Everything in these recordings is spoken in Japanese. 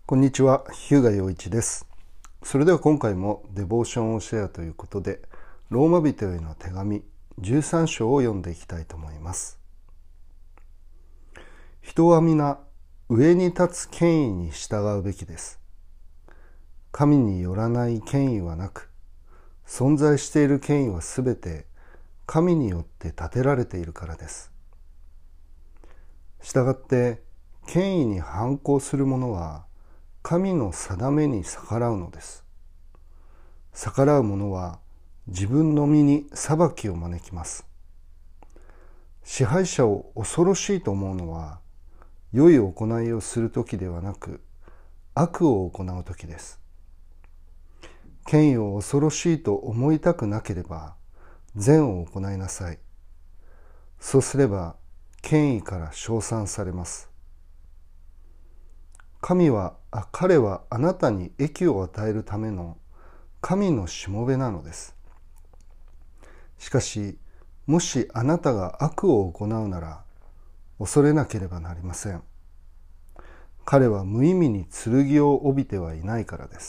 こんにちは、日向陽一です。それでは今回もデボーションをシェアということで、ローマ人への手紙13章を読んでいきたいと思います。人は皆上に立つ権威に従うべきです。神によらない権威はなく、存在している権威はすべて神によって立てられているからです。したがって権威に反抗する者は神の定めに逆らうのです。逆らう者は自分の身に裁きを招きます。支配者を恐ろしいと思うのは、良い行いをするときではなく、悪を行うときです。権威を恐ろしいと思いたくなければ、善を行いなさい。そうすれば、権威から称賛されます。彼はあなたに益を与えるための神のしもべなのです。しかし、もしあなたが悪を行うなら、恐れなければなりません。彼は無意味に剣を帯びてはいないからです。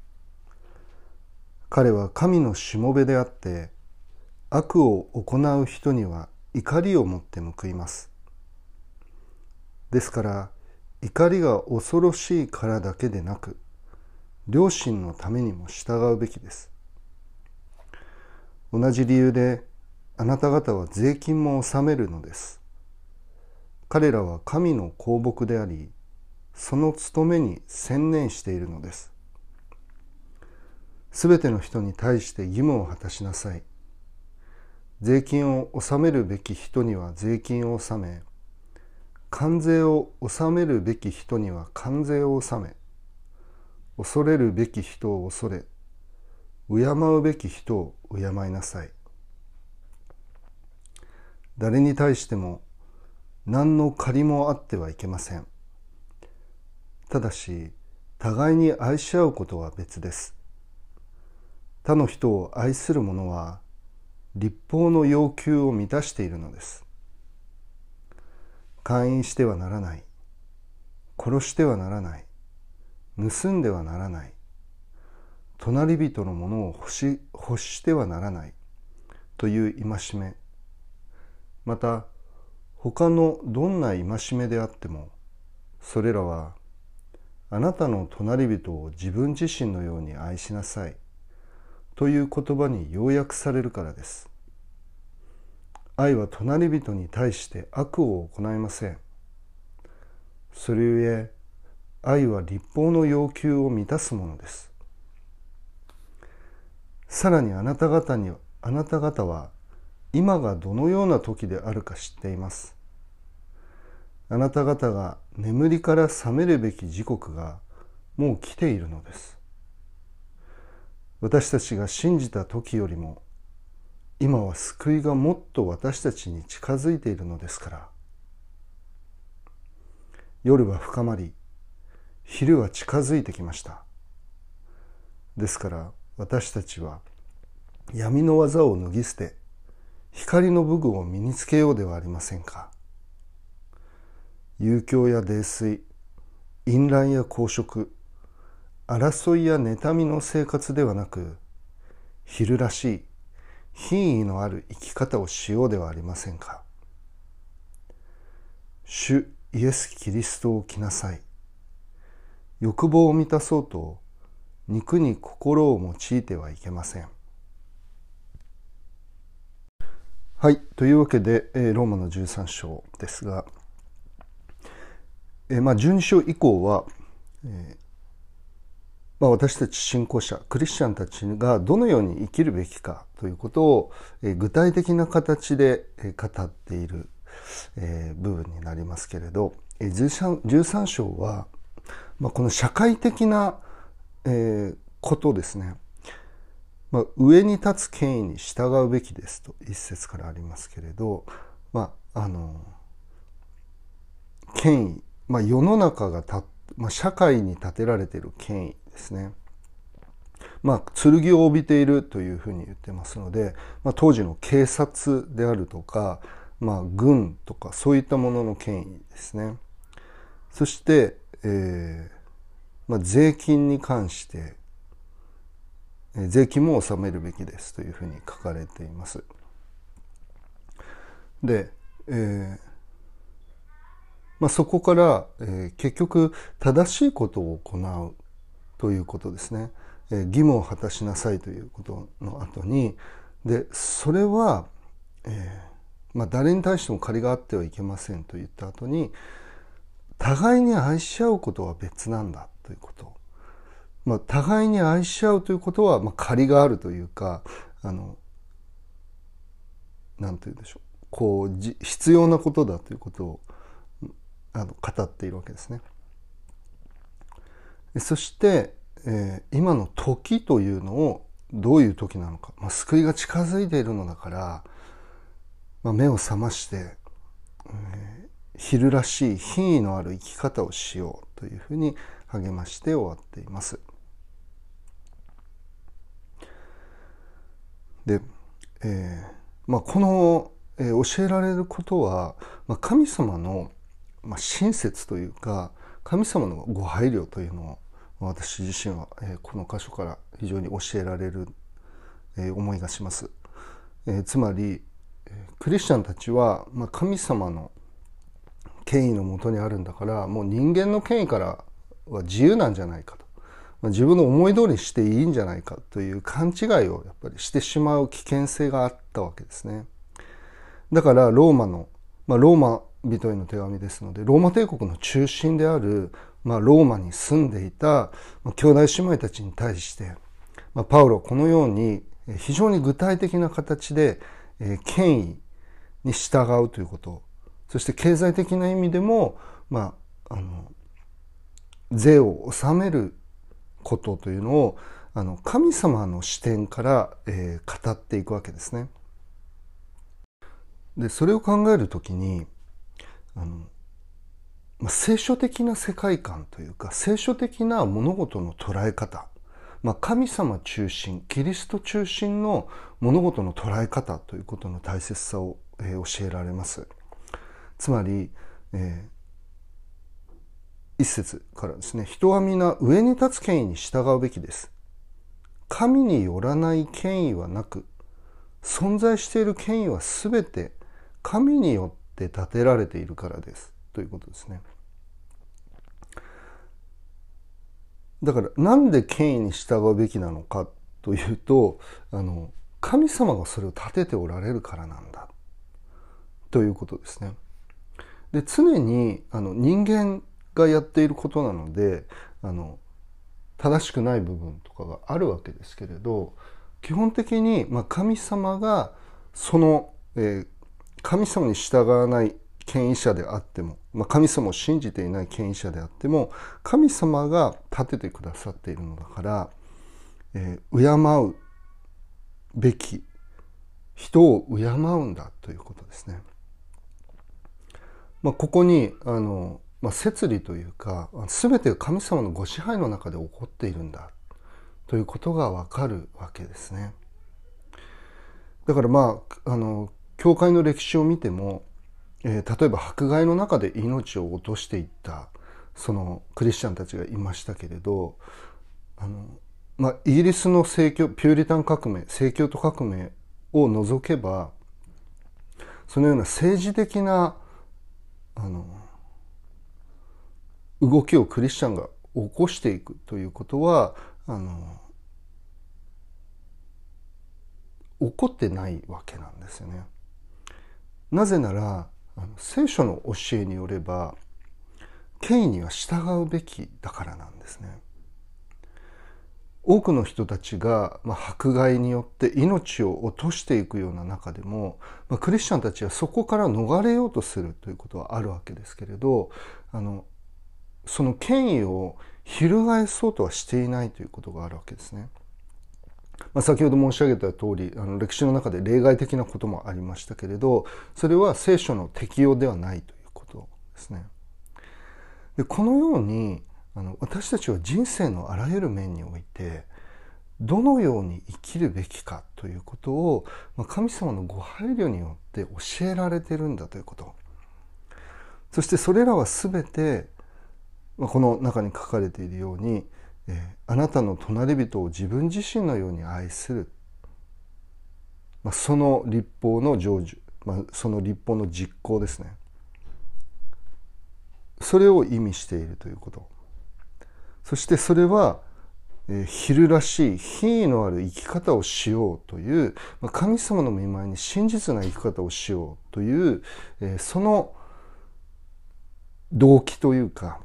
彼は神のしもべであって、悪を行う人には怒りをもって報います。ですから、怒りが恐ろしいからだけでなく、良心のためにも従うべきです。同じ理由で、あなた方は税金も納めるのです。彼らは神の公僕であり、その務めに専念しているのです。すべての人に対して義務を果たしなさい。税金を納めるべき人には税金を納め、関税を納めるべき人には関税を納め、恐れるべき人を恐れ、敬うべき人を敬いなさい。誰に対しても何の借りもあってはいけません。ただし、互いに愛し合うことは別です。他の人を愛する者は、律法の要求を満たしているのです。姦淫してはならない、殺してはならない、盗んではならない、隣人のものを欲してはならないという戒め、また他のどんな戒めであっても、それらはあなたの隣人を自分自身のように愛しなさいという言葉に要約されるからです。愛は隣人に対して悪を行いません。それゆえ、愛は律法の要求を満たすものです。さらにあなた方は今がどのような時であるか知っています。あなた方が眠りから覚めるべき時刻がもう来ているのです。私たちが信じた時よりも、今は救いがもっと私たちに近づいているのですから。夜は深まり、昼は近づいてきました。ですから私たちは闇の技を脱ぎ捨て、光の武具を身につけようではありませんか。遊興や泥酔、淫乱や公職、争いや妬みの生活ではなく、昼らしい品位のある生き方をしようではありませんか。主イエス・キリストを着なさい。欲望を満たそうと肉に心を用いてはいけません。はい、というわけでローマの13章ですが、12章以降は、私たち信仰者、クリスチャンたちがどのように生きるべきかということを具体的な形で語っている部分になりますけれど、13章は、この社会的なことですね。上に立つ権威に従うべきですと一節からありますけれど、権威、世の中が社会に立てられている権威ですね。剣を帯びているというふうに言ってますので、当時の警察であるとか、軍とかそういったものの権威ですね。そして、 税金に関して税金も納めるべきですというふうに書かれています。で、そこから、結局正しいことを行うということですね。義務を果たしなさいということの後に、でそれは、誰に対しても借りがあってはいけませんと言った後に、互いに愛し合うことは別なんだということ。互いに愛し合うということは、借りがあるというか、なんて言うんでしょう、必要なことだということを語っているわけですね。そして、今の時というのをどういう時なのか、救いが近づいているのだから、目を覚まして、昼らしい品位のある生き方をしようというふうに励まして終わっています。で、この、教えられることは、神様の、親切というか、神様のご配慮というのを私自身は、この箇所から非常に教えられる、思いがします。つまりクリスチャンたちは、神様の権威のもとにあるんだから、もう人間の権威からは自由なんじゃないかと、自分の思い通りにしていいんじゃないかという勘違いをやっぱりしてしまう危険性があったわけですね。だからローマ人への手紙ですので、ローマ帝国の中心である、ローマに住んでいた兄弟姉妹たちに対して、パウロはこのように非常に具体的な形で権威に従うということ、そして経済的な意味でも、税を納めることというのを神様の視点から、語っていくわけですね。でそれを考えるときに聖書的な世界観というか、聖書的な物事の捉え方、神様中心、キリスト中心の物事の捉え方ということの大切さを、教えられます。つまり、一節からですね、人は皆上に立つ権威に従うべきです。神によらない権威はなく、存在している権威はすべて神によって立てられているからですということですね。だからなんで権威に従うべきなのかというと、神様がそれを立てておられるからなんだということですね。で常に人間がやっていることなので正しくない部分とかがあるわけですけれど、基本的に神様がその、神様に従わない権威者であっても、神様を信じていない権威者であっても、神様が立ててくださっているのだから、敬うべき人を敬うんだということですね。ここに摂理というか、全てが神様のご支配の中で起こっているんだということがわかるわけですね。だから教会の歴史を見ても、例えば迫害の中で命を落としていったそのクリスチャンたちがいましたけれど、イギリスのピューリタン革命、正教徒革命を除けば、そのような政治的な動きをクリスチャンが起こしていくということは起こってないわけなんですよね。なぜなら聖書の教えによれば権威には従うべきだからなんですね。多くの人たちが迫害によって命を落としていくような中でも、クリスチャンたちはそこから逃れようとするということはあるわけですけれど、その権威を翻そうとはしていないということがあるわけですね。先ほど申し上げた通り歴史の中で例外的なこともありましたけれど、それは聖書の適用ではないということですね。でこのように私たちは人生のあらゆる面においてどのように生きるべきかということを神様のご配慮によって教えられているんだということ、そしてそれらは全てこの中に書かれているように、あなたの隣人を自分自身のように愛する、その律法の成就、その律法の実行ですね。それを意味しているということ。そしてそれは、昼らしい品位のある生き方をしようという、神様の御前に真実な生き方をしようという、その動機というか、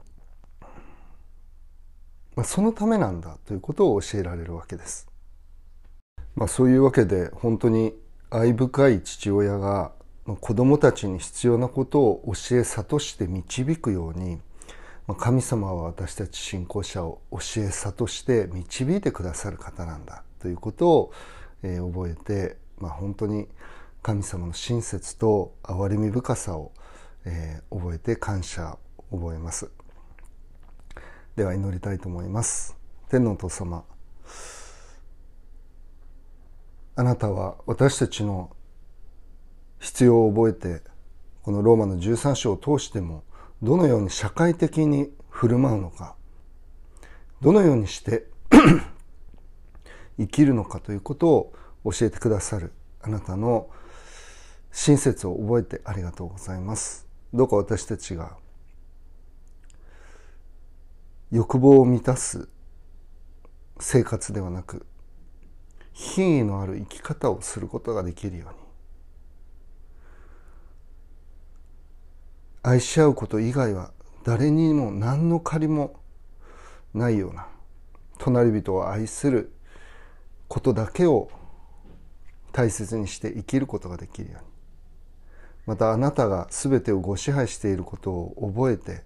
そのためなんだということを教えられるわけです。そういうわけで本当に愛深い父親が子供たちに必要なことを教え諭して導くように、神様は私たち信仰者を教え諭して導いてくださる方なんだということを覚えて、本当に神様の親切と憐れみ深さを覚えて感謝を覚えます。では祈りたいと思います。天のお父様、あなたは私たちの必要を覚えて、このローマの13章を通してもどのように社会的に振る舞うのか、どのようにして生きるのかということを教えてくださるあなたの親切を覚えてありがとうございます。どうか私たちが欲望を満たす生活ではなく、品位のある生き方をすることができるように、愛し合うこと以外は誰にも何の借りもないような、隣人を愛することだけを大切にして生きることができるように、またあなたが全てをご支配していることを覚えて、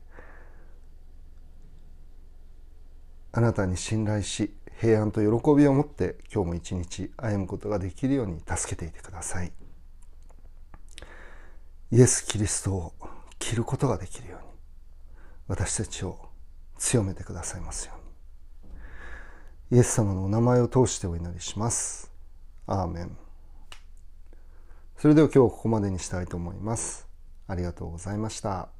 あなたに信頼し、平安と喜びを持って今日も一日歩むことができるように助けていてください。イエス・キリストを着ることができるように、私たちを強めてくださいますように。イエス様のお名前を通してお祈りします。アーメン。それでは今日はここまでにしたいと思います。ありがとうございました。